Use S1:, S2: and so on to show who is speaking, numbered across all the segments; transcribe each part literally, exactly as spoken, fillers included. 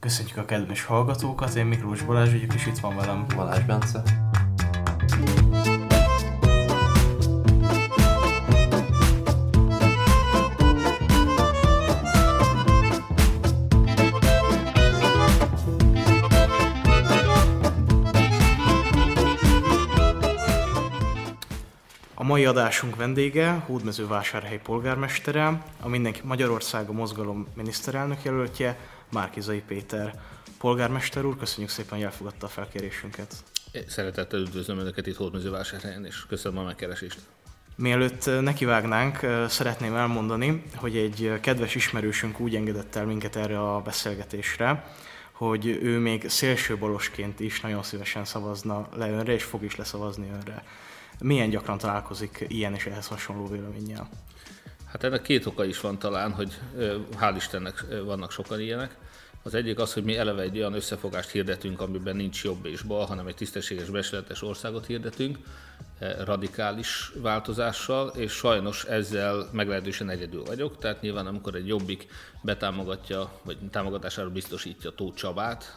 S1: Köszönjük a kedves hallgatókat, én Miklós Balázs vagyok, és itt van velem
S2: Balázs Bence.
S1: A mai adásunk vendége Hódmezővásárhely polgármestere, a Mindenki Magyarországa Mozgalom miniszterelnök jelöltje, Márki-Zay Péter. Polgármester úr, köszönjük szépen, hogy elfogadta a felkérésünket.
S3: Szeretettel üdvözlöm Önöket itt Hódmezővásárhelyen, és köszönöm a megkeresést.
S1: Mielőtt nekivágnánk, szeretném elmondani, hogy egy kedves ismerősünk úgy engedett el minket erre a beszélgetésre, hogy ő még szélsőbalosként is nagyon szívesen szavazna le önre, és fog is leszavazni önre. Milyen gyakran találkozik ilyen és ehhez hasonló véleménnyel?
S3: Hát ennek két oka is van talán, hogy hál' Istennek vannak sokan ilyenek. Az egyik az, hogy mi eleve egy olyan összefogást hirdetünk, amiben nincs jobb és bal, hanem egy tisztességes, becsületes országot hirdetünk, radikális változással, és sajnos ezzel meglehetősen egyedül vagyok. Tehát nyilván amikor egy Jobbik betámogatja, vagy támogatására biztosítja Tóth Csabát,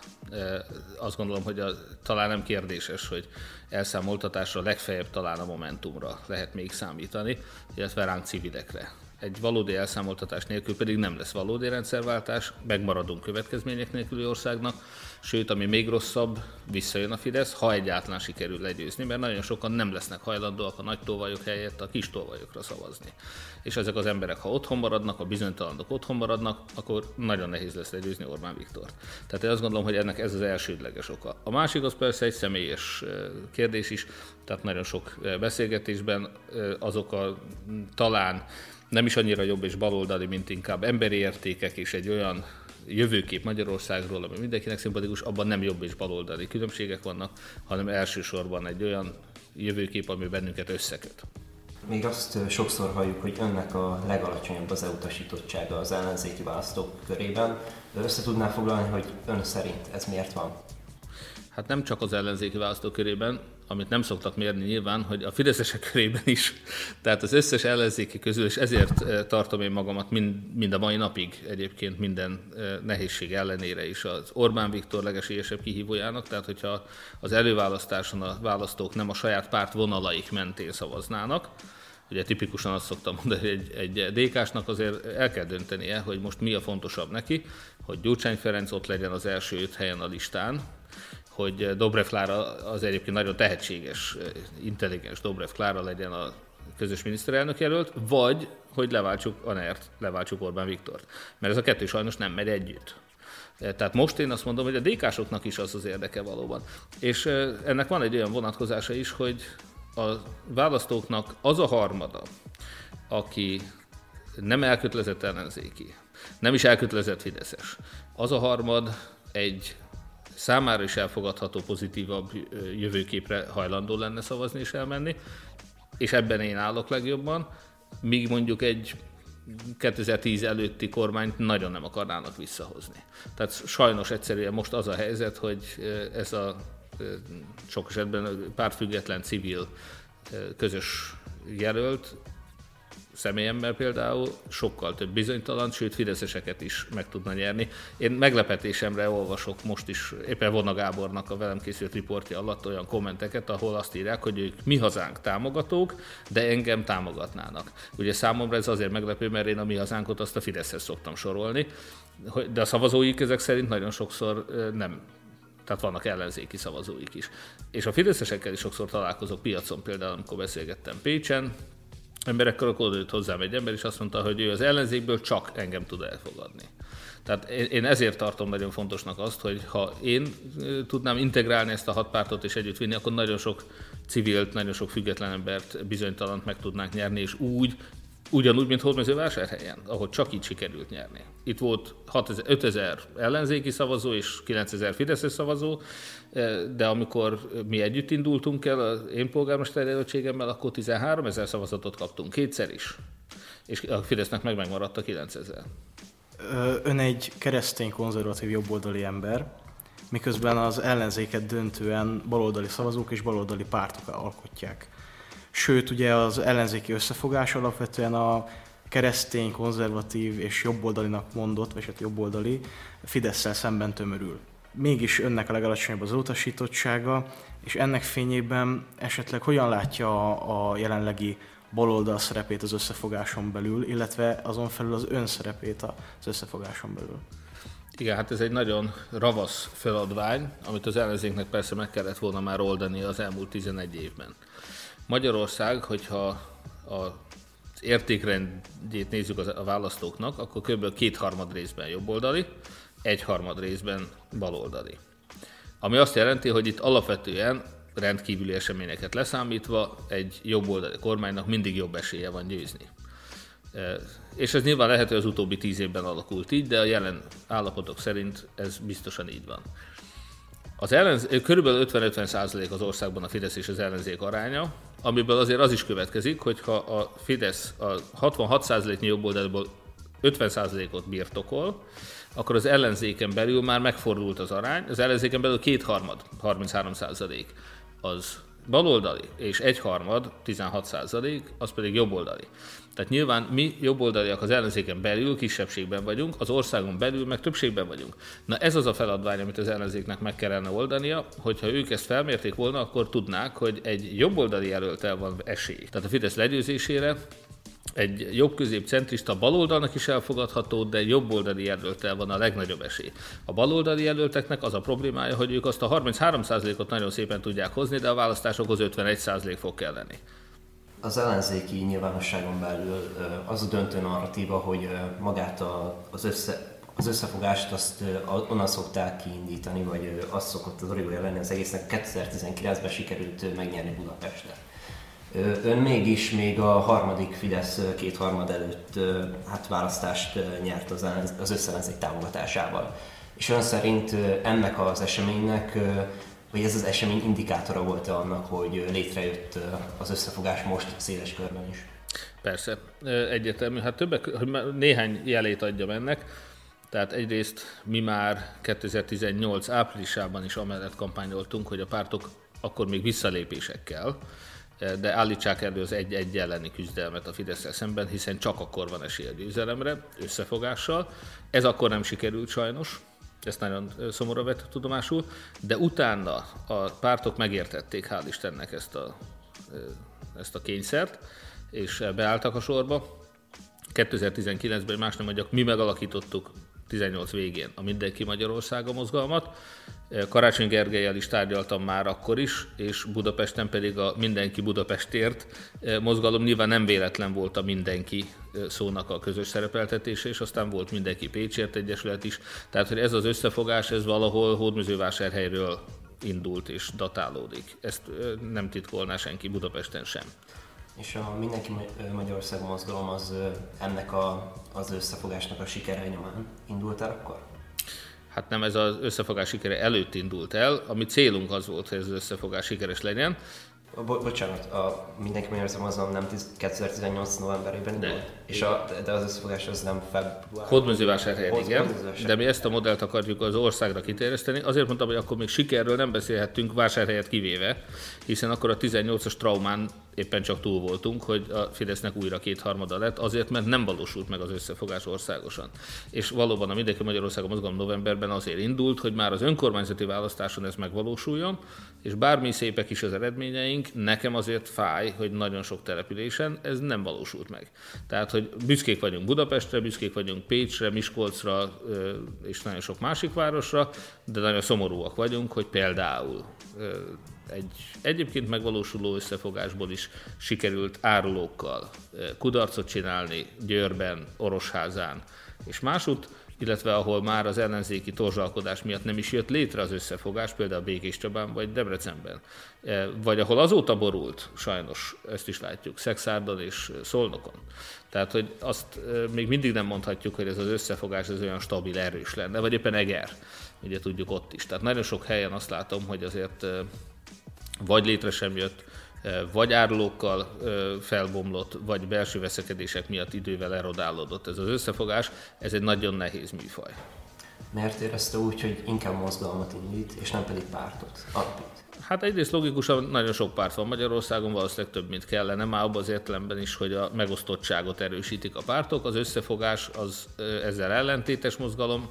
S3: azt gondolom, hogy a, talán nem kérdéses, hogy elszámoltatásra legfeljebb talán a Momentumra lehet még számítani, illetve ránk civilekre. Egy valódi elszámoltatás nélkül pedig nem lesz valódi rendszerváltás, megmaradunk következmények nélküli országnak, sőt, ami még rosszabb, visszajön a Fidesz, ha egyáltalán sikerül legyőzni, mert nagyon sokan nem lesznek hajlandóak a nagy tolvajok helyett a kis tolvajokra szavazni. És ezek az emberek, ha otthon maradnak, a bizonytalanok otthon maradnak, akkor nagyon nehéz lesz legyőzni Orbán Viktort. Tehát én azt gondolom, hogy ennek ez az elsődleges oka. A másik az persze egy személyes kérdés is, tehát nagyon sok beszélgetésben azok a talán nem is annyira jobb és baloldali, mint inkább emberi értékek és egy olyan jövőkép Magyarországról, ami mindenkinek szimpatikus, abban nem jobb és baloldali különbségek vannak, hanem elsősorban egy olyan jövőkép, ami bennünket összeköt.
S2: Még azt sokszor halljuk, hogy önnek a legalacsonyabb az elutasítottsága az ellenzéki választók körében. Össze tudná foglalni, hogy ön szerint ez miért van?
S3: Hát nem csak az ellenzéki választók körében, amit nem szoktak mérni nyilván, hogy a fideszesek körében is. Tehát az összes ellenzéki közül, és ezért tartom én magamat mind, mind a mai napig egyébként minden nehézség ellenére is az Orbán Viktor legesélyesebb kihívójának. Tehát hogyha az előválasztáson a választók nem a saját párt vonalaik mentén szavaznának, ugye tipikusan azt szoktam mondani, hogy egy, egy dé ká-snak azért el kell döntenie, hogy most mi a fontosabb neki, hogy Gyurcsány Ferenc ott legyen az első öt helyen a listán, hogy Dobrev Klára az egyébként nagyon tehetséges, intelligens Dobrev Klára legyen a közös miniszterelnök jelölt, vagy hogy leváltsuk a nert, leváltsuk Orbán Viktort. Mert ez a kettő sajnos nem megy együtt. Tehát most én azt mondom, hogy a dé ká-soknak is az az érdeke valóban. És ennek van egy olyan vonatkozása is, hogy a választóknak az a harmada, aki nem elkötelezett ellenzéki, nem is elkötelezett fideszes, az a harmad egy számára is elfogadható, pozitívabb jövőképre hajlandó lenne szavazni és elmenni, és ebben én állok legjobban, míg mondjuk egy kétezer-tíz előtti kormányt nagyon nem akarnának visszahozni. Tehát sajnos egyszerűen most az a helyzet, hogy ez a sok esetben pártfüggetlen civil közös jelölt, személyemmel például sokkal több bizonytalan, sőt fideszeseket is meg tudna nyerni. Én meglepetésemre olvasok most is éppen Vona Gábornak a velem készült riportja alatt olyan kommenteket, ahol azt írják, hogy ők mi hazánk támogatók, de engem támogatnának. Ugye számomra ez azért meglepő, mert én a mi hazánkot azt a Fideszhez szoktam sorolni, de a szavazóik ezek szerint nagyon sokszor nem. Tehát vannak ellenzéki szavazóik is. És a fideszesekkel is sokszor találkozok piacon, például amikor beszélgettem Pécsen, emberekkel, akkor odajött hozzám egy ember, és azt mondta, hogy ő az ellenzékből csak engem tud elfogadni. Tehát én ezért tartom nagyon fontosnak azt, hogy ha én tudnám integrálni ezt a hat pártot és együtt vinni, akkor nagyon sok civilt, nagyon sok független embert, bizonytalant meg tudnánk nyerni, és úgy, ugyanúgy, mint Hódmezővásárhelyen, ahol csak így sikerült nyerni. Itt volt ötezer ellenzéki szavazó és kilencezer fideszes szavazó, de amikor mi együtt indultunk el az én polgármester jelöltségemmel, akkor tizenháromezer szavazatot kaptunk, kétszer is. És a Fidesznek meg megmaradt a kilencezer.
S1: Ön egy keresztény, konzervatív, jobboldali ember, miközben az ellenzéket döntően baloldali szavazók és baloldali pártok alkotják. Sőt, ugye az ellenzéki összefogás alapvetően a keresztény, konzervatív és jobboldalinak mondott, vagy hát jobboldali Fidesszel szemben tömörül. Mégis önnek a legalacsonyabb az elutasítottsága, és ennek fényében esetleg hogyan látja a jelenlegi baloldal szerepét az összefogáson belül, illetve azon felül az ön szerepét az összefogáson belül?
S3: Igen, hát ez egy nagyon ravasz feladvány, amit az ellenzéknek persze meg kellett volna már oldani az elmúlt tizenegy évben. Magyarország, hogyha az értékrendjét nézzük a választóknak, akkor kb. kétharmad részben jobboldali, egyharmad részben baloldali. Ami azt jelenti, hogy itt alapvetően rendkívüli eseményeket leszámítva egy jobboldali kormánynak mindig jobb esélye van győzni. És ez nyilván lehet, hogy az utóbbi tíz évben alakult így, de a jelen állapotok szerint ez biztosan így van. Az ellenzék, körülbelül ötven-ötven százalék az országban a Fidesz és az ellenzék aránya, amiből azért az is következik, hogy ha a Fidesz a hatvanhat százaléknyi jobboldalból ötven százalékot birtokol, akkor az ellenzéken belül már megfordult az arány, az ellenzéken belül kétharmad, harminchárom százalék az baloldali, és egyharmad, tizenhat százalék, az pedig jobboldali. Tehát nyilván mi jobboldaliak az ellenzéken belül kisebbségben vagyunk, az országon belül meg többségben vagyunk. Na ez az a feladvány, amit az ellenzéknek meg kellene oldania, hogyha ők ezt felmérték volna, akkor tudnák, hogy egy jobboldali jelölttel van esély. Tehát a Fidesz legyőzésére egy jobb-közép-centrista baloldalnak is elfogadható, de jobboldali jelölttel van a legnagyobb esély. A baloldali jelölteknek az a problémája, hogy ők azt a harminchárom százalékot nagyon szépen tudják hozni, de a választásokhoz ötvenegy százalék fog kelleni.
S2: Az ellenzéki nyilvánosságon belül az a döntő narratíva, hogy magát az, össze, az összefogást azt onnan szokták kiindítani, vagy azt szokott az origója lenni az egésznek, kétezer-tizenkilencben sikerült megnyerni Budapestet. Ön mégis még a harmadik Fidesz kétharmad előtt hát választást nyert az, az összellenzék támogatásával. És ön szerint ennek az eseménynek, vagy ez az esemény indikátora volt-e annak, hogy létrejött az összefogás most széles körben is?
S3: Persze, egyértelmű. Hát többek, hogy néhány jelét adjam ennek. Tehát egyrészt mi már kétezer-tizennyolc áprilisában is amellett kampányoltunk, hogy a pártok akkor még visszalépésekkel, de állítsák elő az egy-egy elleni küzdelmet a Fidesszel szemben, hiszen csak akkor van esély a győzelemre, összefogással. Ez akkor nem sikerült sajnos, ezt nagyon szomorú vett tudomásul, de utána a pártok megértették, hál' Istennek ezt a, ezt a kényszert, és beálltak a sorba. kétezer-tizenkilencben más nem mondjak, mi megalakítottuk tizennyolc végén a Mindenki Magyarországa mozgalmat. Karácsony Gergellyel is tárgyaltam már akkor is, és Budapesten pedig a Mindenki Budapestért mozgalom. Nyilván nem véletlen volt a mindenki szónak a közös szerepeltetése, és aztán volt Mindenki Pécsért Egyesület is. Tehát, hogy ez az összefogás, ez valahol Hódmezővásárhelyről indult és datálódik. Ezt nem titkolná senki Budapesten sem.
S2: És a Mindenki Magyarország mozgalom az ennek a, az összefogásnak a sikere nyomán indult el akkor?
S3: Hát nem, ez az összefogás sikere előtt indult el. A mi célunk az volt, hogy ez az összefogás sikeres legyen.
S2: Bo- bocsánat, a Mindenki Magyarország mozgalom nem kétezer-tizennyolc novemberében indult? És a, de az összefogás az nem február?
S3: Hódmezővásárhelyen, igen. De mi ezt a modellt akarjuk az országra kiterjeszteni. Azért mondtam, hogy akkor még sikerről nem beszélhettünk, Vásárhelyet kivéve, hiszen akkor a tizennyolcas traumán éppen csak túl voltunk, hogy a Fidesznek újra kétharmada lett, azért, mert nem valósult meg az összefogás országosan. És valóban a Mindenki Magyarországon mozgalom novemberben azért indult, hogy már az önkormányzati választáson ez megvalósuljon, és bármi szépek is az eredményeink, nekem azért fáj, hogy nagyon sok településen ez nem valósult meg. Tehát, hogy büszkék vagyunk Budapestre, büszkék vagyunk Pécsre, Miskolcra és nagyon sok másik városra, de nagyon szomorúak vagyunk, hogy például egy egyébként megvalósuló összefogásból is sikerült árulókkal kudarcot csinálni Győrben, Orosházán és másút, illetve ahol már az ellenzéki torzsalkodás miatt nem is jött létre az összefogás, például Békés Csabán vagy Debrecenben. Vagy ahol azóta borult, sajnos ezt is látjuk, Szexárdon és Szolnokon. Tehát, hogy azt még mindig nem mondhatjuk, hogy ez az összefogás ez olyan stabil, erős lenne, vagy éppen Eger, ugye tudjuk ott is. Tehát nagyon sok helyen azt látom, hogy azért vagy létre sem jött, vagy árulókkal felbomlott, vagy belső veszekedések miatt idővel erodálódott ez az összefogás. Ez egy nagyon nehéz műfaj.
S2: Miért érezte úgy, hogy inkább mozgalmat indít, és nem pedig pártot alapít?
S3: Hát egyrészt logikusan nagyon sok párt van Magyarországon, valószínűleg több, mint kellene, már abban az értelemben is, hogy a megosztottságot erősítik a pártok, az összefogás az ezzel ellentétes mozgalom.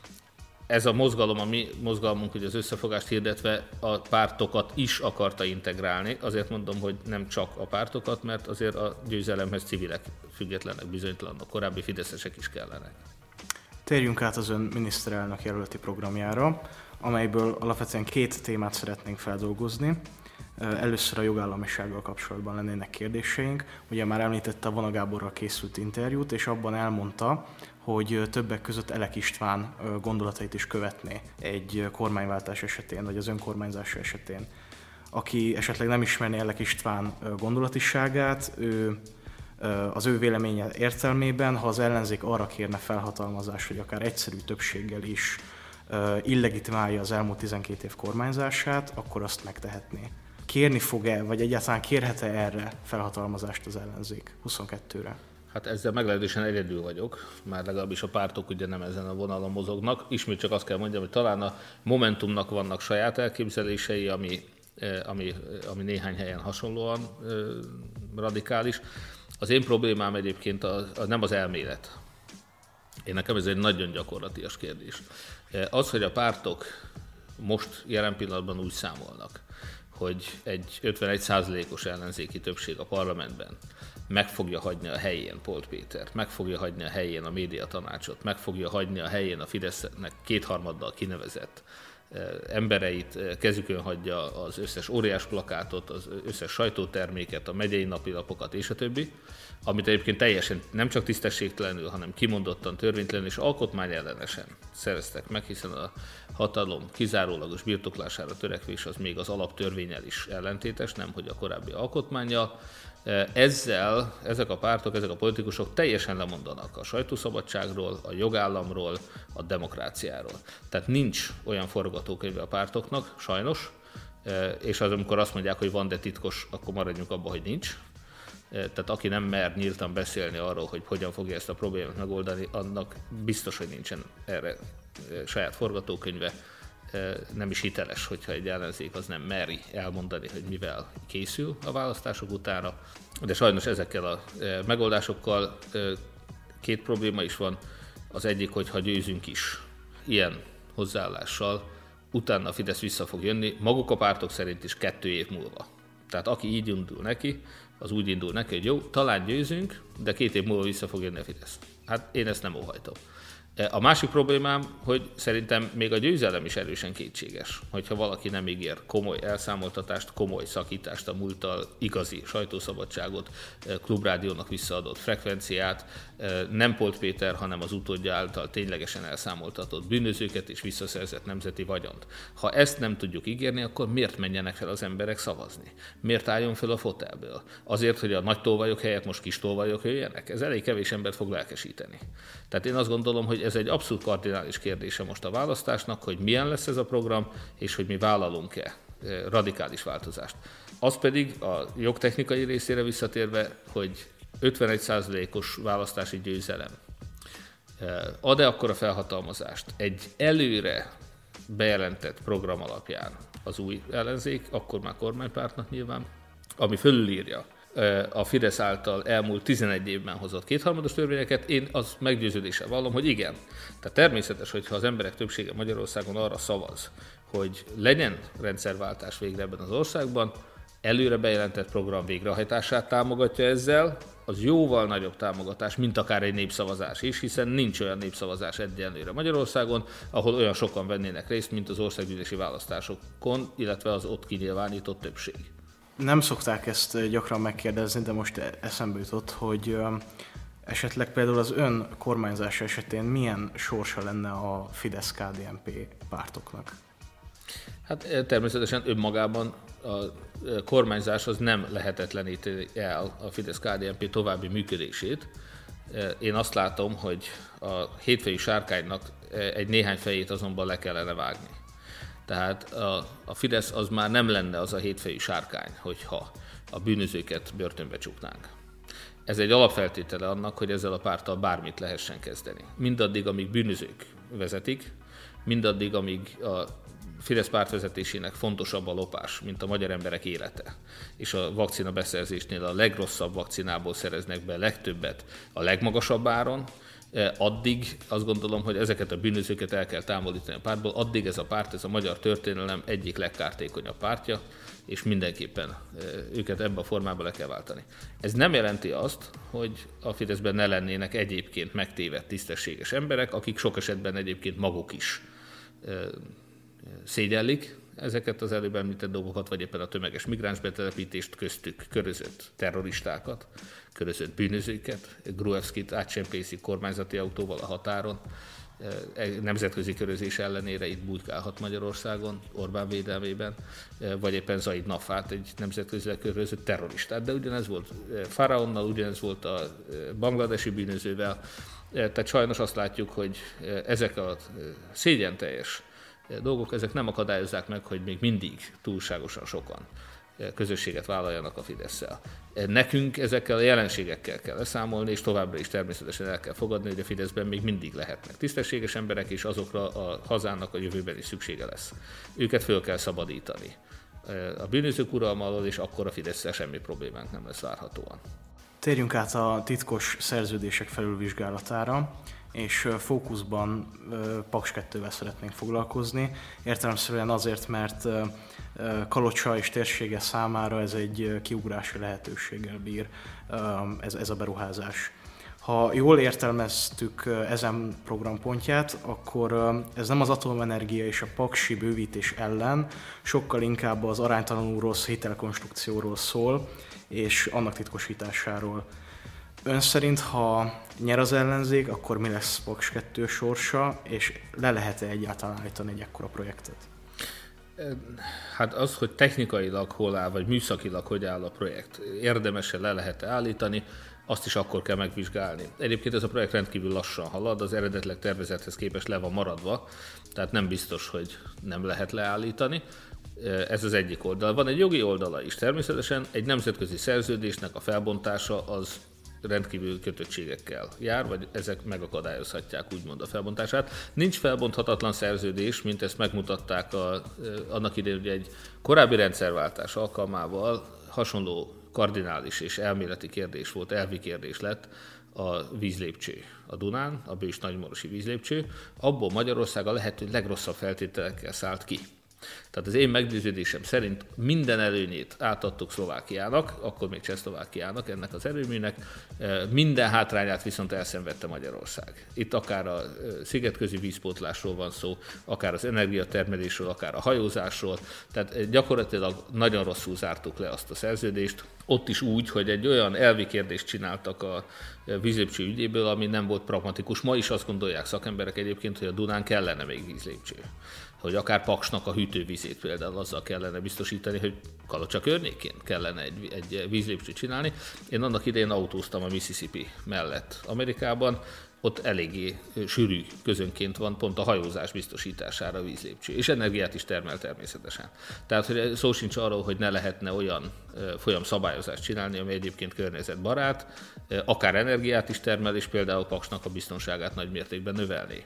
S3: Ez a mozgalom, a mi mozgalmunk, hogy az összefogást hirdetve a pártokat is akarta integrálni. Azért mondom, hogy nem csak a pártokat, mert azért a győzelemhez civilek, függetlenek, bizonytalanok, korábbi fideszesek is kellenek.
S1: Térjünk át az ön miniszterelnök jelölti programjára, amelyből alapvetően két témát szeretnénk feldolgozni. Először a jogállamisággal kapcsolatban lennének kérdéseink. Ugye már említette a Vona Gáborral készült interjút, és abban elmondta, hogy többek között Elek István gondolatait is követné egy kormányváltás esetén, vagy az önkormányzás esetén. Aki esetleg nem ismerné Elek István gondolatiságát, ő az ő véleménye értelmében, ha az ellenzék arra kérne felhatalmazást, hogy akár egyszerű többséggel is illegitimálja az elmúlt tizenkét év kormányzását, akkor azt megtehetné. Kérni fog-e, vagy egyáltalán kérhet-e erre felhatalmazást az ellenzék huszonkettőre?
S3: Hát ezzel meglehetősen egyedül vagyok, már legalábbis a pártok ugye nem ezen a vonalon mozognak. Ismét csak azt kell mondjam, hogy talán a Momentumnak vannak saját elképzelései, ami, ami, ami néhány helyen hasonlóan radikális. Az én problémám egyébként az, az nem az elmélet. Én nekem ez egy nagyon gyakorlatias kérdés. Az, hogy a pártok most jelen pillanatban úgy számolnak, hogy egy ötvenegy százalékos ellenzéki többség a parlamentben meg fogja hagyni a helyén Polt Pétert, meg fogja hagyni a helyén a médiatanácsot, meg fogja hagyni a helyén a Fidesznek kétharmaddal kinevezett embereit, kezükön hagyja az összes óriás plakátot, az összes sajtóterméket, a megyei napilapokat és a többi, amit egyébként teljesen nem csak tisztességtelenül, hanem kimondottan törvénytelenül és alkotmányellenesen szereztek meg, hiszen a hatalom kizárólagos birtoklására törekvés az még az alaptörvénnyel is ellentétes, nem hogy a korábbi alkotmánnyal. Ezzel ezek a pártok, ezek a politikusok teljesen lemondanak a sajtószabadságról, a jogállamról, a demokráciáról. Tehát nincs olyan forgatókönyve a pártoknak, sajnos, és az, amikor azt mondják, hogy van, de titkos, akkor maradjunk abban, hogy nincs. Tehát aki nem mer nyíltan beszélni arról, hogy hogyan fogja ezt a problémát megoldani, annak biztos, hogy nincsen erre saját forgatókönyve. Nem is hiteles, hogyha egy ellenzék az nem meri elmondani, hogy mivel készül a választások utána. De sajnos ezekkel a megoldásokkal két probléma is van. Az egyik, hogy ha győzünk is ilyen hozzáállással, utána a Fidesz vissza fog jönni, maguk a pártok szerint is kettő év múlva. Tehát aki így indul neki, az úgy indul neki, hogy jó, talán győzünk, de két év múlva vissza fog jönni a Fidesz. Hát én ezt nem óhajtom. A másik problémám, hogy szerintem még a győzelem is erősen kétséges, hogyha valaki nem ígér komoly elszámoltatást, komoly szakítást a múlttal, igazi sajtószabadságot, Klubrádiónak visszaadott frekvenciát, nem Polt Péter, hanem az utódja által ténylegesen elszámoltatott bűnözőket és visszaszerzett nemzeti vagyont. Ha ezt nem tudjuk ígérni, akkor miért menjenek fel az emberek szavazni? Miért álljon fel a fotelből? Azért, hogy a nagy tolvajok helyett most kis tolvajok jöjjenek? Ez elég kevés embert fog lelkesíteni. Tehát én azt gondolom, hogy ez egy abszolút kardinális kérdése most a választásnak, hogy milyen lesz ez a program, és hogy mi vállalunk-e radikális változást. Az pedig a jogtechnikai részére visszatérve, hogy ötvenegy százalékos választási győzelem ad-e akkor a felhatalmazást egy előre bejelentett program alapján az új ellenzék, akkor már kormánypártnak nyilván, ami fölülírja a Fidesz által elmúlt tizenegy évben hozott kétharmados törvényeket, én az meggyőződéssel vallom, hogy igen. Tehát természetes, hogyha az emberek többsége Magyarországon arra szavaz, hogy legyen rendszerváltás végre ebben az országban, előre bejelentett program végrehajtását támogatja ezzel, az jóval nagyobb támogatás, mint akár egy népszavazás is, hiszen nincs olyan népszavazás egyenlőre Magyarországon, ahol olyan sokan vennének részt, mint az országgyűlési választásokon, illetve az ott kinyilvánított többség.
S1: Nem szokták ezt gyakran megkérdezni, de most eszembe jutott, hogy esetleg például az ön kormányzása esetén milyen sorsa lenne a Fidesz-ká dé en pé pártoknak?
S3: Hát természetesen önmagában a kormányzás az nem lehetetleníti el a Fidesz-ká dé en pé további működését. Én azt látom, hogy a hétfejű sárkánynak egy néhány fejét azonban le kellene vágni. Tehát a, a Fidesz az már nem lenne az a hétfejű sárkány, hogyha a bűnözőket börtönbe csuknánk. Ez egy alapfeltétele annak, hogy ezzel a párttal bármit lehessen kezdeni. Mindaddig, amíg bűnözők vezetik, mindaddig, amíg a Fidesz pártvezetésének fontosabb a lopás, mint a magyar emberek élete. És a vakcina beszerzésnél a legrosszabb vakcinából szereznek be legtöbbet a legmagasabb áron, addig azt gondolom, hogy ezeket a bűnözőket el kell távolítani a pártból, addig ez a párt, ez a magyar történelem egyik legkártékonyabb pártja, és mindenképpen őket ebbe a formába le kell váltani. Ez nem jelenti azt, hogy a Fideszben ne lennének egyébként megtévedt tisztességes emberek, akik sok esetben egyébként maguk is szégyellik ezeket az előbb említett dolgokat, vagy éppen a tömeges migráns betelepítést, köztük körözött terroristákat, körözött bűnözőket, Gruevskit átcsempészik kormányzati autóval a határon, nemzetközi körözés ellenére itt bujkálhat Magyarországon, Orbán védelmében, vagy éppen Zaid Nafát, egy nemzetközileg körözött terroristát. De ugyanez volt Faraonnal, ugyanez volt a bangladesi bűnözővel. Tehát sajnos azt látjuk, hogy ezek a szégyenteljes dolgok, ezek nem akadályozzák meg, hogy még mindig túlságosan sokan közösséget vállaljanak a Fidesszel. Nekünk ezekkel a jelenségekkel kell leszámolni, és továbbra is természetesen el kell fogadni, hogy a Fideszben még mindig lehetnek tisztességes emberek, és azokra a hazának a jövőben is szüksége lesz. Őket föl kell szabadítani a bűnözők uralma alól, és akkor a Fidesszel semmi problémánk nem lesz várhatóan.
S1: Térjünk át a titkos szerződések felülvizsgálatára, és fókuszban Paks kettővel szeretnénk foglalkozni. Értelemszerűen azért, mert Kalocsa és térsége számára ez egy kiugrási lehetőséggel bír ez, ez a beruházás. Ha jól értelmeztük ezen programpontját, akkor ez nem az atomenergia és a paksi bővítés ellen, sokkal inkább az aránytalanul rossz hitelkonstrukcióról szól, és annak titkosításáról. Ön szerint, ha nyer az ellenzék, akkor mi lesz Paks kettő sorsa, és le lehet-e egyáltalán állítani egy ekkora projektet?
S3: Hát az, hogy technikailag hol áll, vagy műszakilag hogy áll a projekt, érdemes-e le lehet állítani, azt is akkor kell megvizsgálni. Egyébként ez a projekt rendkívül lassan halad, az eredetileg tervezethez képest le van maradva, tehát nem biztos, hogy nem lehet leállítani. Ez az egyik oldal. Van egy jogi oldala is. Természetesen egy nemzetközi szerződésnek a felbontása az rendkívül kötöttségekkel jár, vagy ezek megakadályozhatják úgymond a felbontását. Nincs felbonthatatlan szerződés, mint ezt megmutatták a, annak idején, hogy egy korábbi rendszerváltás alkalmával hasonló kardinális és elméleti kérdés volt, elvi kérdés lett a vízlépcső a Dunán, a Bős nagymorosi vízlépcső. Abból Magyarország a lehető legrosszabb feltételekkel szállt ki. Tehát az én meggyőződésem szerint minden előnyét átadtuk Szlovákiának, akkor még Csehszlovákiának, ennek az erőműnek, minden hátrányát viszont elszenvedte Magyarország. Itt akár a szigetközi vízpótlásról van szó, akár az energiatermelésről, akár a hajózásról, tehát gyakorlatilag nagyon rosszul zártuk le azt a szerződést, ott is úgy, hogy egy olyan elvi kérdést csináltak a vízlépcső ügyéből, ami nem volt pragmatikus. Ma is azt gondolják szakemberek egyébként, hogy a Dunán kellene még vízlépcső. Hogy akár Paksnak a hűtővízét például azzal kellene biztosítani, hogy Kalocsa környékén kellene egy, egy vízlépcsőt csinálni. Én annak idején autóztam a Mississippi mellett Amerikában, ott eléggé sűrű közönként van pont a hajózás biztosítására a vízlépcső, és energiát is termel természetesen. Tehát hogy szó sincs arról, hogy ne lehetne olyan folyamszabályozást csinálni, ami egyébként környezetbarát, akár energiát is termel, és például Paksnak a biztonságát nagy mértékben növelni.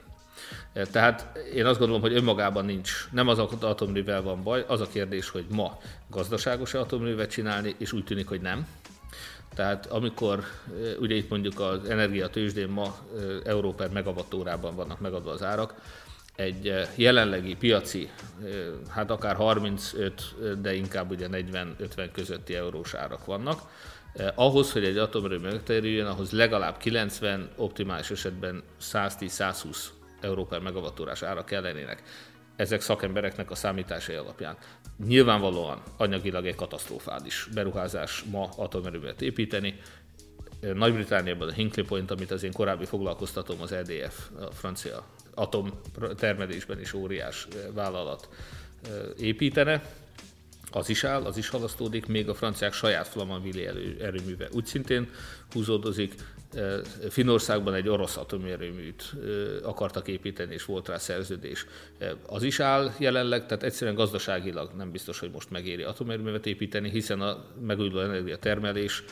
S3: Tehát én azt gondolom, hogy önmagában nincs, nem az atomművel van baj, az a kérdés, hogy ma gazdaságos-e atomművet csinálni, és úgy tűnik, hogy nem. Tehát amikor, ugye itt mondjuk az energiatőzsdén ma euró per megawattórában vannak megadva az árak, egy jelenlegi piaci, hát akár harmincöt, de inkább ugye negyven-ötven közötti eurós árak vannak. Ahhoz, hogy egy atomerőmű megtérüljön, ahhoz legalább kilencven, optimális esetben száztíz-százhúsz euró per megawattórás árak kellenének. Ezek szakembereknek a számításai alapján. Nyilvánvalóan anyagilag egy katasztrofális beruházás ma atomerőművet építeni. Nagy-Britanniában a Hinkley Point, amit az én korábbi foglalkoztatom, az E D F, a francia atomtermelésben is óriás vállalat építene. Az is áll, az is halasztódik, még a franciák saját Flamanville erőműve úgy szintén húzódozik. Finnországban egy orosz atomerőműt akartak építeni, és volt rá szerződés. Az is áll jelenleg, tehát egyszerűen gazdaságilag nem biztos, hogy most megéri atomerőművet építeni, hiszen a megújuló energiatermelés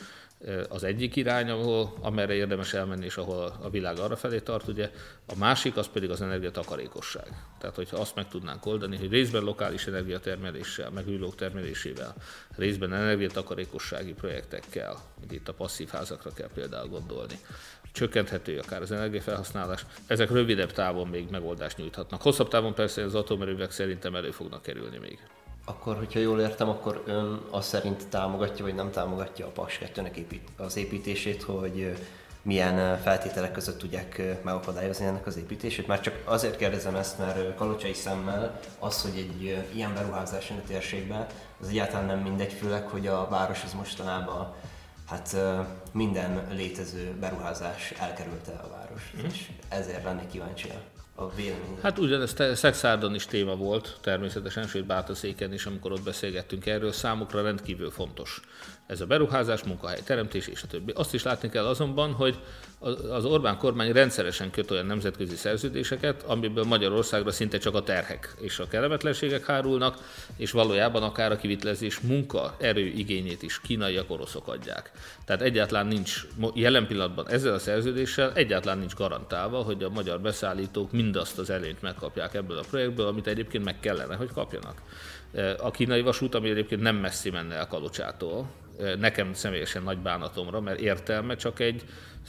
S3: az egyik irány, ahol, amerre érdemes elmenni, és ahol a világ arra felé tart, ugye. A másik az pedig az energiatakarékosság. Tehát, hogyha azt meg tudnánk oldani, hogy részben lokális energiatermeléssel, megújulók termelésével, részben energiatakarékossági projektekkel, itt a passzív házakra kell például gondolni, csökkenthető akár az energiafelhasználás, ezek rövidebb távon még megoldást nyújthatnak. Hosszabb távon persze az atomerőművek szerintem elő fognak kerülni még.
S2: Akkor, hogyha jól értem, akkor ön azt szerint támogatja, vagy nem támogatja a Paks kettőnek épít, az építését, hogy milyen feltételek között tudják megakadályozni ennek az építését? Már csak azért kérdezem ezt, mert kalocsai szemmel az, hogy egy ilyen beruházás a térségben, az egyáltalán nem mindegy, főleg, hogy a város az mostanában hát minden létező beruházás elkerülte a város, mm. és ezért lennék kíváncsi a vélemény.
S3: Hát ugyanez Szexárdon is téma volt, természetesen, sőt Bátaszéken is, amikor ott beszélgettünk erről, számukra rendkívül fontos ez a beruházás, munkahelyteremtés és a többi. Azt is látni kell azonban, hogy az Orbán kormány rendszeresen köt olyan nemzetközi szerződéseket, amiből Magyarországra szinte csak a terhek és a kellemetlenségek hárulnak, és valójában akár a kivitelezés munkaerő igényét is kínaiak, oroszok adják. Tehát egyáltalán nincs, jelen pillanatban ezzel a szerződéssel egyáltalán nincs garantálva, hogy a magyar beszállítók mindazt az előnyt megkapják ebből a projektből, amit egyébként meg kellene, hogy kapjanak. A kínai vasút, ami egyébként nem messzi menne el Kalocsától, nekem személyesen nagy bánatomra, mert értelme csak egy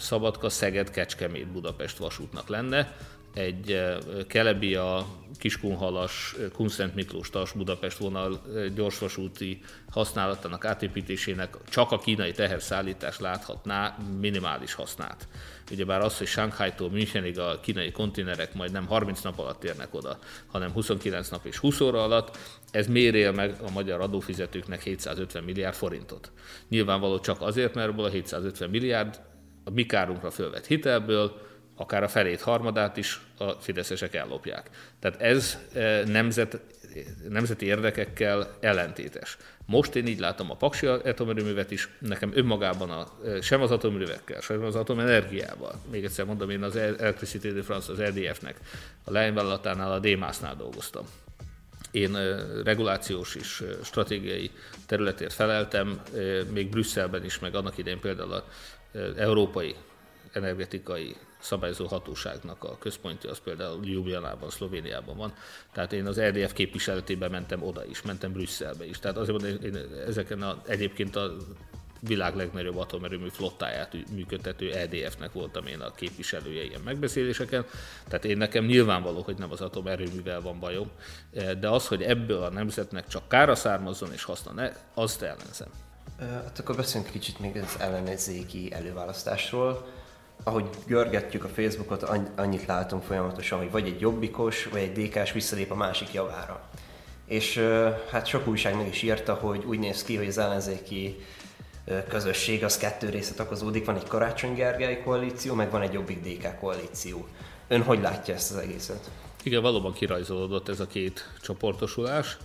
S3: Szabadka-Szeged-Kecskemét-Budapest vasútnak lenne, egy Kelebia, Kiskunhalas, Kunszent Miklós-Tas Budapest vonal gyorsvasúti használatának átépítésének csak a kínai teherszállítás láthatná minimális hasznát. Ugyebár az, hogy Shanghai-tól Münchenig a kínai konténerek majd nem harminc nap alatt érnek oda, hanem huszonkilenc nap és húsz óra alatt, ez miért él meg a magyar adófizetőknek hétszázötven milliárd forintot? Nyilvánvaló csak azért, mert ebből a hétszázötven milliárd a mi kárunkra fölvett hitelből akár a felét, harmadát is a fideszesek ellopják. Tehát ez nemzet, nemzeti érdekekkel ellentétes. Most én így látom a paksi atomerőművet is, nekem önmagában a, sem az atomerőművekkel, sem az atomenergiával, még egyszer mondom, én az Electricité de France, az E D F-nek, a leányvállalatánál, a Démásznál dolgoztam. Én regulációs és stratégiai területért feleltem, még Brüsszelben is, meg annak idején például az Európai Energetikai Szabályozó Hatóságnak a központja, az például Ljubljanában, Szlovéniában van. Tehát én az E D F képviseletében mentem oda is, mentem Brüsszelbe is. Tehát azért mondom, én ezeken a, egyébként a világ legnagyobb atomerőmű flottáját működtető E D F-nek voltam én a képviselője ilyen megbeszéléseken. Tehát én nekem nyilvánvaló, hogy nem az atomerőművel van bajom, de az, hogy ebből a nemzetnek csak kára származzon és haszna ne, azt ellenzem.
S2: Hát akkor beszéljünk kicsit még az ellenzéki előválasztásról. Ahogy görgetjük a Facebookot, annyit látunk folyamatosan, hogy vagy egy jobbikos, vagy egy dé ká-s visszalép a másik javára. És hát sok újság meg is írta, hogy úgy néz ki, hogy az ellenzéki közösség az kettő részre tagozódik, van egy Karácsony Gergely koalíció, meg van egy Jobbik-dé ká koalíció. Ön hogy látja ezt az egészet?
S3: Igen, valóban kirajzolódott ez a két csoportosulás.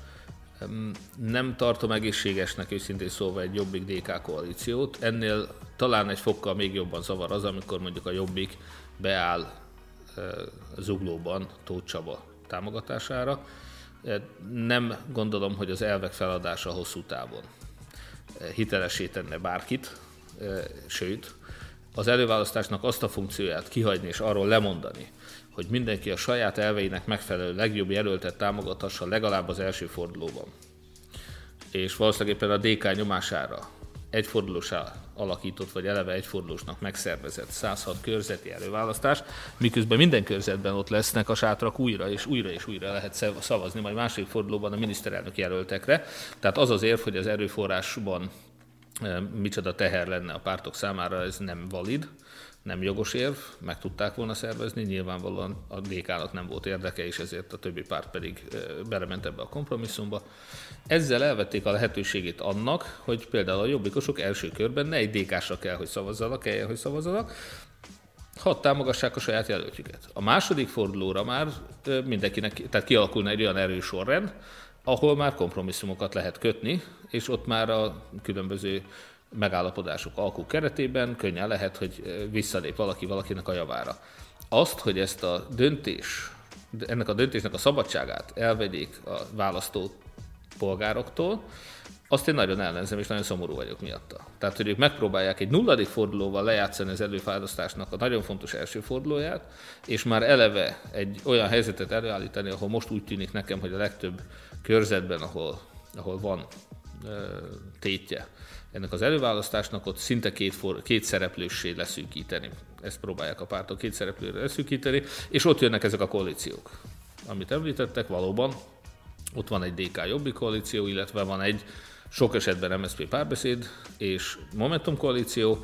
S3: Nem tartom egészségesnek őszintén szólva egy Jobbik-dé ká koalíciót. Ennél talán egy fokkal még jobban zavar az, amikor mondjuk a Jobbik beáll Zuglóban Tóth Csaba támogatására. Nem gondolom, hogy az elvek feladása hosszú távon hitelessé tenne bárkit, sőt, az előválasztásnak azt a funkcióját kihagyni és arról lemondani, hogy mindenki a saját elveinek megfelelő legjobb jelöltet támogathassa legalább az első fordulóban. És valószínűleg éppen a dé ká nyomására egyfordulósá alakított, vagy eleve egyfordulósnak megszervezett száz hat körzeti előválasztás, miközben minden körzetben ott lesznek a sátrak újra és újra és újra lehet szavazni, majd második fordulóban a miniszterelnök jelöltekre. Tehát az az érv, hogy az erőforrásban micsoda teher lenne a pártok számára, ez nem valid, nem jogos érv, meg tudták volna szervezni, nyilvánvalóan a dé ká-nak nem volt érdeke, és ezért a többi párt pedig belement ebbe a kompromisszumba. Ezzel elvették a lehetőségét annak, hogy például a jobbikosok első körben ne egy dé ká-sra kell, hogy szavazzanak, kelljen, hogy szavazzanak, hadd támogassák a saját jelöltjüket. A második fordulóra már mindenkinek, tehát kialakulna egy olyan erős sorrend, ahol már kompromisszumokat lehet kötni, és ott már a különböző megállapodások alkuk keretében könnyen lehet, hogy visszalép valaki valakinek a javára. Azt, hogy ezt a döntés, ennek a döntésnek a szabadságát elvegyék a választó polgároktól, azt én nagyon ellenzem, és nagyon szomorú vagyok miatta. Tehát, hogy ők megpróbálják egy nulladik fordulóval lejátszani az előválasztásnak a nagyon fontos első fordulóját, és már eleve egy olyan helyzetet előállítani, ahol most úgy tűnik nekem, hogy a legtöbb körzetben, ahol, ahol van ö, tétje ennek az előválasztásnak, ott szinte két, for, két szereplőssé leszűkíteni. Ezt próbálják a pártok két szereplőre leszűkíteni, és ott jönnek ezek a koalíciók, amit említettek, valóban. Ott van egy dé ká Jobbik koalíció, illetve van egy sok esetben em es zé pé Párbeszéd és Momentum koalíció.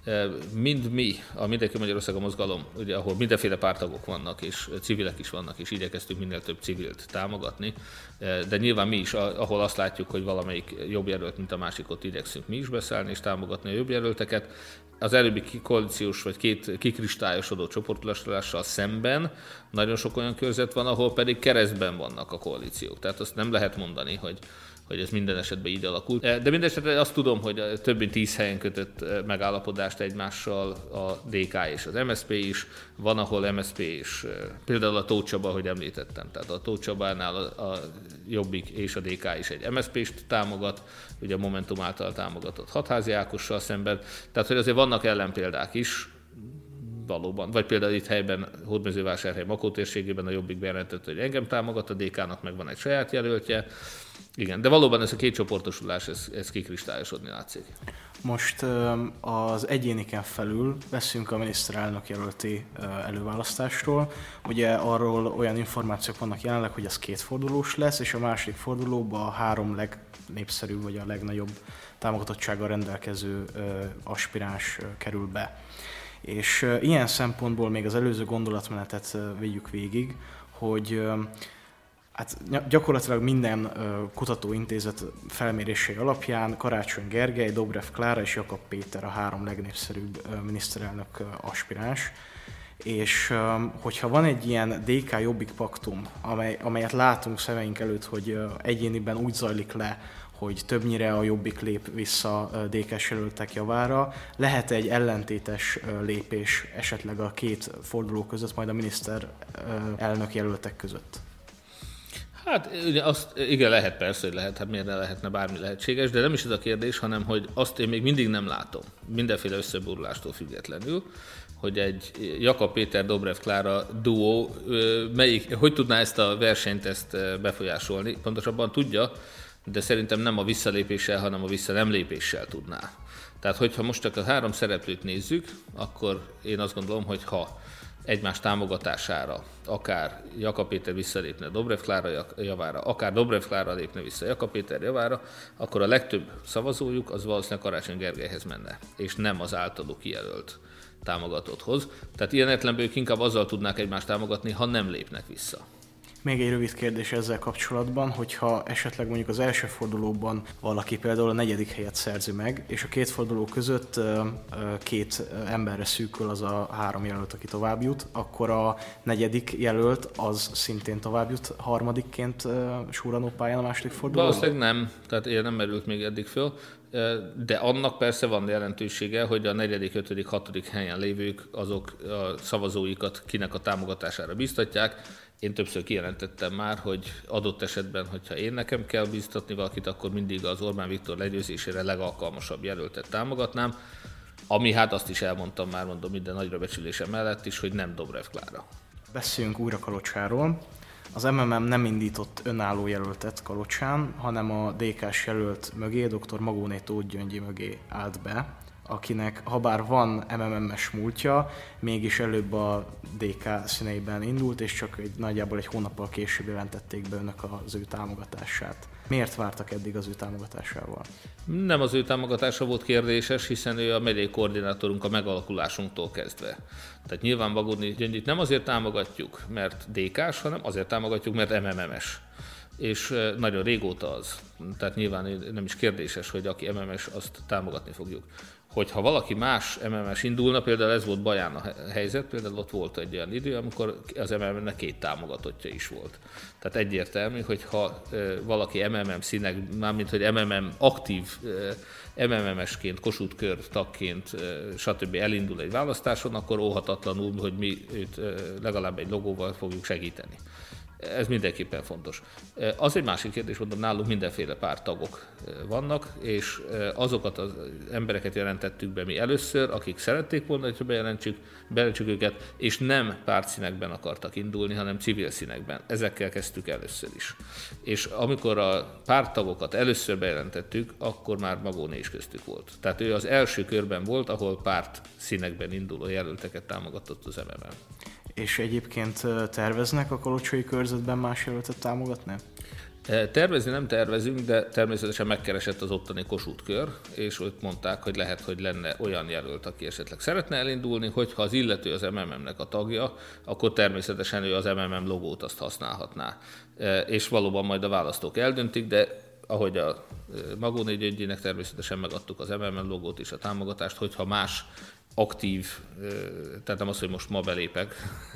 S3: Mind mi, a Mindenki Magyarországon mozgalom, ugye, ahol mindenféle párttagok vannak, és civilek is vannak, és igyekeztünk minél több civilt támogatni, de nyilván mi is, ahol azt látjuk, hogy valamelyik jobb jelölt, mint a másik, ott igyekszünk mi is beszállni és támogatni a jobb jelölteket. Az előbbi koalíciós vagy két kikristályosodó csoportosulással szemben nagyon sok olyan körzet van, ahol pedig keresztben vannak a koalíciók. Tehát azt nem lehet mondani, hogy hogy ez minden esetben így alakult. De minden esetben azt tudom, hogy több mint tíz helyen kötött megállapodást egymással a dé ká és az em es zé pé is. Van, ahol em es zé pé is, például a Tóth Csaba, ahogy említettem, tehát a Tóth Csabánál a, a Jobbik és a dé ká is egy em es zé pé-st támogat, ugye a Momentum által támogatott Hatházi Ákossal szemben. Tehát, hogy azért vannak ellenpéldák is, valóban. Vagy például itt helyben, Hódmezővásárhely Makó térségében a Jobbik bejelentett, hogy engem támogat, a dé ká-nak meg van egy saját jelöltje. Igen, de valóban ez a két csoportosulás, ez, ez kikristályosodni látszik.
S1: Most az egyéniken felül beszélünk a miniszterelnök jelölti előválasztásról. Ugye arról olyan információk vannak jelenleg, hogy ez kétfordulós lesz, és a második fordulóban a három legnépszerűbb, vagy a legnagyobb támogatottsággal rendelkező aspiráns kerül be. És ilyen szempontból még az előző gondolatmenetet vigyük végig, hogy hát gyakorlatilag minden kutatóintézet felmérései alapján Karácsony Gergely, Dobrev Klára és Jakab Péter a három legnépszerűbb miniszterelnök aspiráns. És hogyha van egy ilyen dé ká Jobbik paktum, amely, amelyet látunk szemeink előtt, hogy egyéniben úgy zajlik le, hogy többnyire a Jobbik lép vissza dé ká-s jelöltek javára, lehet egy ellentétes lépés esetleg a két forduló között, majd a miniszterelnök jelöltek között?
S3: Hát ugye azt, igen, lehet persze, hogy lehet, hát miért ne lehetne, bármi lehetséges, de nem is ez a kérdés, hanem hogy azt én még mindig nem látom, mindenféle összeborulástól függetlenül, hogy egy Jakab Péter, Dobrev Klára duó, melyik, hogy tudná ezt a versenyt ezt befolyásolni, pontosabban tudja, de szerintem nem a visszalépéssel, hanem a vissza nem lépéssel tudná. Tehát, hogyha most csak a három szereplőt nézzük, akkor én azt gondolom, hogy ha egymás támogatására, akár Jakab Péter visszalépne Dobrev Klára javára, akár Dobrev Klára lépne vissza Jakab Péter javára, akkor a legtöbb szavazójuk az valószínűleg Karácsony Gergelyhez menne, és nem az általuk kijelölt támogatotthoz. Tehát ilyen értelemben ők inkább azzal tudnák egymást támogatni, ha nem lépnek vissza.
S1: Még egy rövid kérdés ezzel kapcsolatban, hogyha esetleg mondjuk az első fordulóban valaki például a negyedik helyet szerzi meg, és a két forduló között két emberre szűkül az a három jelölt, aki tovább jut, akkor a negyedik jelölt az szintén tovább jut harmadikként súranó pályán a második fordulóban?
S3: Valószínűleg nem, tehát ilyen nem merült még eddig föl, de annak persze van jelentősége, hogy a negyedik, ötödik, hatodik helyen lévők azok a szavazóikat kinek a támogatására biztatják. Én többször kijelentettem már, hogy adott esetben, hogyha én nekem kell biztatni valakit, akkor mindig az Orbán Viktor legyőzésére legalkalmasabb jelöltet támogatnám, ami hát azt is elmondtam már, mondom minden nagyra becsülésem mellett is, hogy nem Dobrev Klára.
S1: Beszéljünk újra Kalocsáról. Az em em em nem indított önálló jelöltet Kalocsán, hanem a dé ká-s jelölt mögé, dr. Magóné Tóth Gyöngyi mögé állt be, akinek habár van em em em-es múltja, mégis előbb a dé ká színeiben indult, és csak egy, nagyjából egy hónappal később jelentették be önök az ő támogatását. Miért vártak eddig az ő támogatásával?
S3: Nem az ő támogatása volt kérdéses, hiszen ő a megyei koordinátorunk a megalakulásunktól kezdve. Tehát nyilván Magóné Gyöngyit nem azért támogatjuk, mert dé ká-s, hanem azért támogatjuk, mert em em em-es. És nagyon régóta az. Tehát nyilván nem is kérdéses, hogy aki em em es, azt támogatni fogjuk. Hogyha valaki más em em es indulna, például ez volt Baján a helyzet, például ott volt egy olyan idő, amikor az em em em-nek két támogatottja is volt. Tehát egyértelmű, hogy ha valaki em em em színek, mármint hogy em em em aktív em em em-esként, Kossuth Kör tagként, stb. Elindul egy választáson, akkor óhatatlanul, hogy mi őt legalább egy logóval fogjuk segíteni. Ez mindenképpen fontos. Az egy másik kérdés, mondom, nálunk mindenféle párttagok vannak, és azokat az embereket jelentettük be mi először, akik szerették volna, hogy bejelentsük, bejelentsük őket, és nem pártszínekben akartak indulni, hanem civil színekben. Ezekkel kezdtük először is. És amikor a párttagokat először bejelentettük, akkor már Magóné is köztük volt. Tehát ő az első körben volt, ahol párt színekben induló jelölteket támogatott az em em em.
S1: És egyébként terveznek a kalocsai körzetben más jelöltet támogatni?
S3: Tervezni nem tervezünk, de természetesen megkeresett az ottani Kossuth kör, és ott mondták, hogy lehet, hogy lenne olyan jelölt, aki esetleg szeretne elindulni, hogyha az illető az em em em-nek a tagja, akkor természetesen ő az em em em logót azt használhatná. És valóban majd a választók eldöntik, de ahogy a Magóné Gyöngyének természetesen megadtuk az em em em logót és a támogatást, hogyha más aktív, tehát nem az, hogy most ma belépek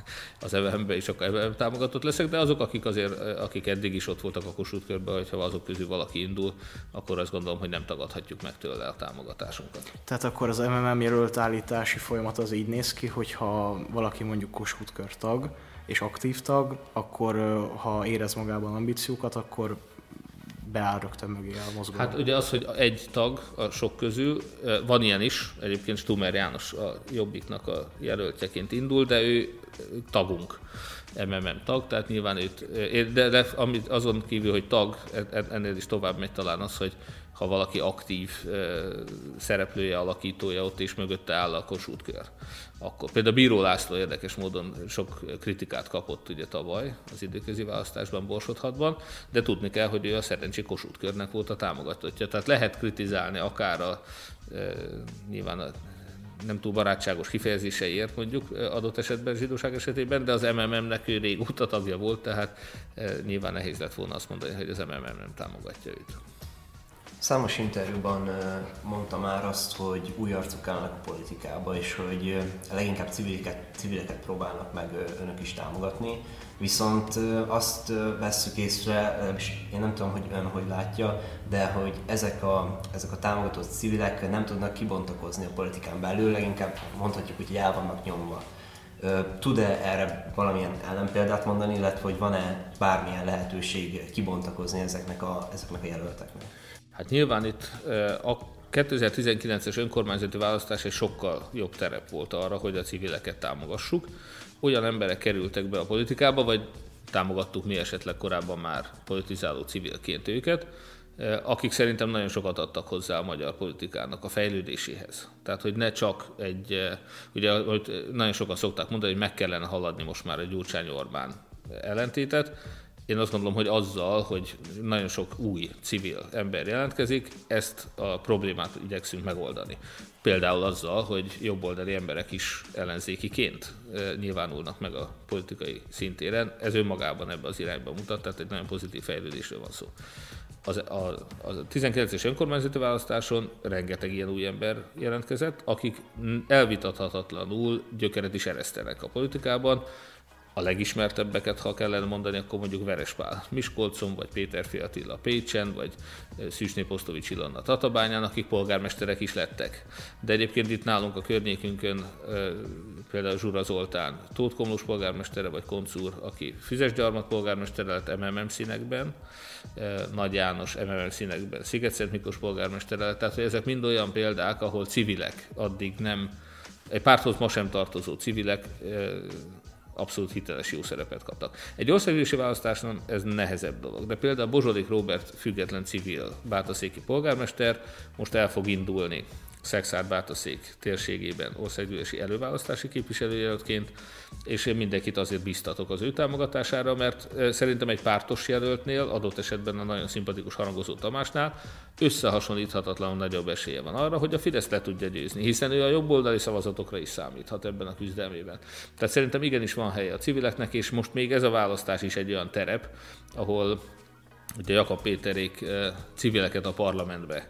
S3: az em em em-be és akkor em em em támogatott leszek, de azok, akik azért, akik eddig is ott voltak a Kossuth körben, hogyha azok közül valaki indul, akkor azt gondolom, hogy nem tagadhatjuk meg tőle a támogatásunkat.
S1: Tehát akkor az em em em jelölt állítási folyamat az így néz ki, hogyha valaki mondjuk Kossuth kör tag és aktív tag, akkor ha érez magában ambíciókat, akkor beáll rögtön mögé a mozgalom.
S3: Hát ugye az, hogy egy tag a sok közül, van ilyen is, egyébként Stumer János a Jobbiknak a jelöltjeként indul, de ő tagunk, em em em tag, tehát nyilván őt, de, de amit azon kívül, hogy tag, ennél is tovább megy talán az, hogy ha valaki aktív szereplője, alakítója ott és mögötte áll a Kossuth kör. Akkor például Bíró László érdekes módon sok kritikát kapott ugye tavaly az időközi választásban Borsodhatban, de tudni kell, hogy ő a Szerencsi Kossuth körnek volt a támogatottja. Tehát lehet kritizálni akár a e, nyilván a nem túl barátságos kifejezéseiért mondjuk adott esetben zsidóság esetében, de az em em em-nek ő régóta tagja volt, tehát e, nyilván nehéz lett volna azt mondani, hogy az em em em nem támogatja őt.
S2: Számos interjúban mondta már azt, hogy új arcok állnak a politikába, és hogy leginkább civileket, civileket próbálnak meg önök is támogatni. Viszont azt vesszük észre, és én nem tudom, hogy ön hogy látja, de hogy ezek a, ezek a támogatott civilek nem tudnak kibontakozni a politikán belül, leginkább mondhatjuk, hogy el vannak nyomva. Tud-e erre valamilyen ellenpéldát mondani, illetve hogy van-e bármilyen lehetőség kibontakozni ezeknek a, ezeknek a jelölteknek?
S3: Hát nyilván itt a kétezer-tizenkilences önkormányzati választás egy sokkal jobb terep volt arra, hogy a civileket támogassuk. Olyan emberek kerültek be a politikába, vagy támogattuk mi esetleg korábban már politizáló civilként őket, akik szerintem nagyon sokat adtak hozzá a magyar politikának a fejlődéséhez. Tehát, hogy ne csak egy, ugye hogy nagyon sokan szokták mondani, hogy meg kellene haladni most már a Gyurcsány-Orbán ellentétet. Én azt gondolom, hogy azzal, hogy nagyon sok új civil ember jelentkezik, ezt a problémát igyekszünk megoldani. Például azzal, hogy jobboldali emberek is ellenzékiként nyilvánulnak meg a politikai szintéren. Ez önmagában ebbe az irányba mutat, tehát egy nagyon pozitív fejlődésről van szó. Az, a, a tizenkilences önkormányzati választáson rengeteg ilyen új ember jelentkezett, akik elvitathatatlanul gyökeret is eresztenek a politikában. A legismertebbeket, ha kellene mondani, akkor mondjuk Verespál Miskolcon, vagy Péterfi Attila Pécsen, vagy Szűcsné Posztovics Ilona Tatabányán, akik polgármesterek is lettek. De egyébként itt nálunk a környékünkön például Zsura Zoltán Tóth Komlós polgármestere, vagy Koncz úr, aki Füzesgyarmat polgármestere lett em em em színekben, Nagy János em em em színekben Sziget-Szent Miklós polgármestere lett. Tehát, hogy ezek mind olyan példák, ahol civilek addig nem, egy párthoz ma sem tartozó civilek abszolút hiteles jó szerepet kaptak. Egy országgyűlési választáson ez nehezebb dolog, de például Bozsodik Róbert független civil bátaszéki polgármester most el fog indulni Szexárd-Bátaszék térségében országgyűlési előválasztási képviselőjelöltként, és én mindenkit azért biztatok az ő támogatására, mert szerintem egy pártos jelöltnél, adott esetben a nagyon szimpatikus Harangozó Tamásnál összehasonlíthatatlanul nagyobb esélye van arra, hogy a Fidesz le tudja győzni, hiszen ő a jobboldali szavazatokra is számíthat ebben a küzdelmében. Tehát szerintem igenis van helye a civileknek, és most még ez a választás is egy olyan terep, ahol ugye Jakab Péterék civileket a parlamentbe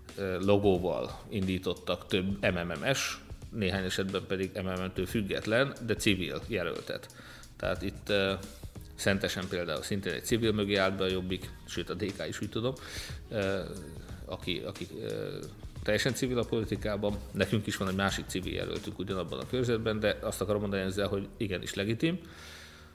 S3: logóval indítottak több em em em-es, néhány esetben pedig em em em-től független, de civil jelöltet. Tehát itt uh, Szentesen például szintén egy civil mögé állt be a Jobbik, sőt a dé ká is úgy tudom, uh, aki, aki uh, teljesen civil a politikában. Nekünk is van egy másik civil jelöltünk ugyanabban a körzetben, de azt akarom mondani ezzel, hogy igenis legitim.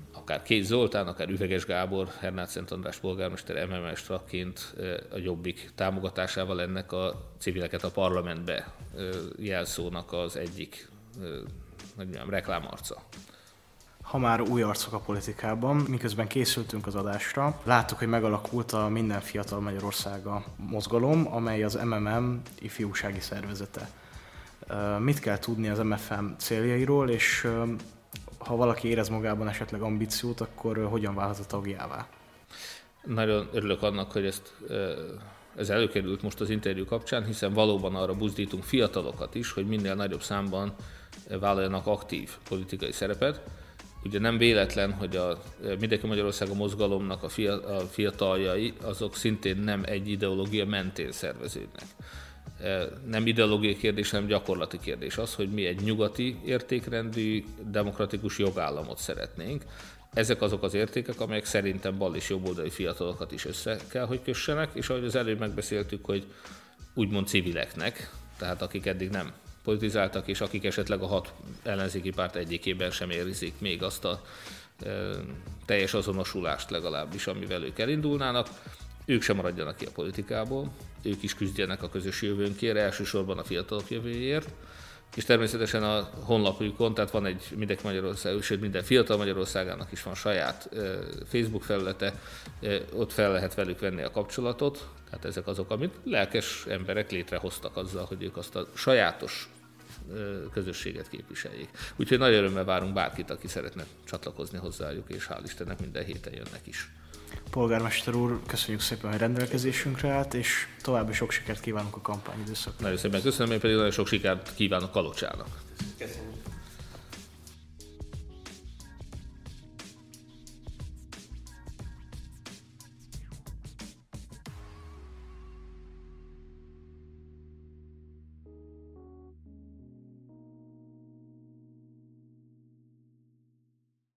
S3: akár Kéz Zoltán, akár Üveges Gábor, Hernád Szent András polgármester em em es tagként a Jobbik támogatásával ennek a civileket a parlamentbe jelszónak az egyik hogy mondjam, reklámarca.
S1: Ha már új arcok a politikában, miközben készültünk az adásra, láttuk, hogy megalakult a Minden Fiatal Magyarországa mozgalom, amely az em em em ifjúsági szervezete. Mit kell tudni az em ef em céljairól, és ha valaki érez magában esetleg ambíciót, akkor hogyan válhat a tagjává?
S3: Nagyon örülök annak, hogy ezt, ez előkerült most az interjú kapcsán, hiszen valóban arra buzdítunk fiatalokat is, hogy minél nagyobb számban vállaljanak aktív politikai szerepet. Ugye nem véletlen, hogy a Mindenki Magyarországa mozgalomnak a fiataljai, azok szintén nem egy ideológia mentén szerveződnek. Nem ideológiai kérdés, hanem gyakorlati kérdés az, hogy mi egy nyugati értékrendű, demokratikus jogállamot szeretnénk. Ezek azok az értékek, amelyek szerintem bal- és jobboldali fiatalokat is össze kell, hogy kössenek, és ahogy az előbb megbeszéltük, hogy úgymond civileknek, tehát akik eddig nem politizáltak, és akik esetleg a hat ellenzéki párt egyikében sem érzik még azt a e, teljes azonosulást legalábbis, amivel ők elindulnának, ők sem maradjanak ki a politikából, ők is küzdjenek a közös jövőnkért, elsősorban a fiatalok jövőjéért, és természetesen a honlapjukon, tehát van egy Mindenki Magyarország, sőt minden Fiatal Magyarországának is van saját e, Facebook felülete, e, ott fel lehet velük venni a kapcsolatot, tehát ezek azok, amit lelkes emberek létrehoztak azzal, hogy ők azt a sajátos közösséget képviseljék. Úgyhogy nagy örömmel várunk bárkit, aki szeretne csatlakozni hozzájuk, és hál' Istennek minden héten jönnek is.
S1: Polgármester úr, köszönjük szépen, hogy rendelkezésünkre állt, és további sok sikert kívánunk a kampányidőszakban.
S3: Nagyon szépen köszönöm, én pedig nagyon sok sikert kívánok Kalocsának.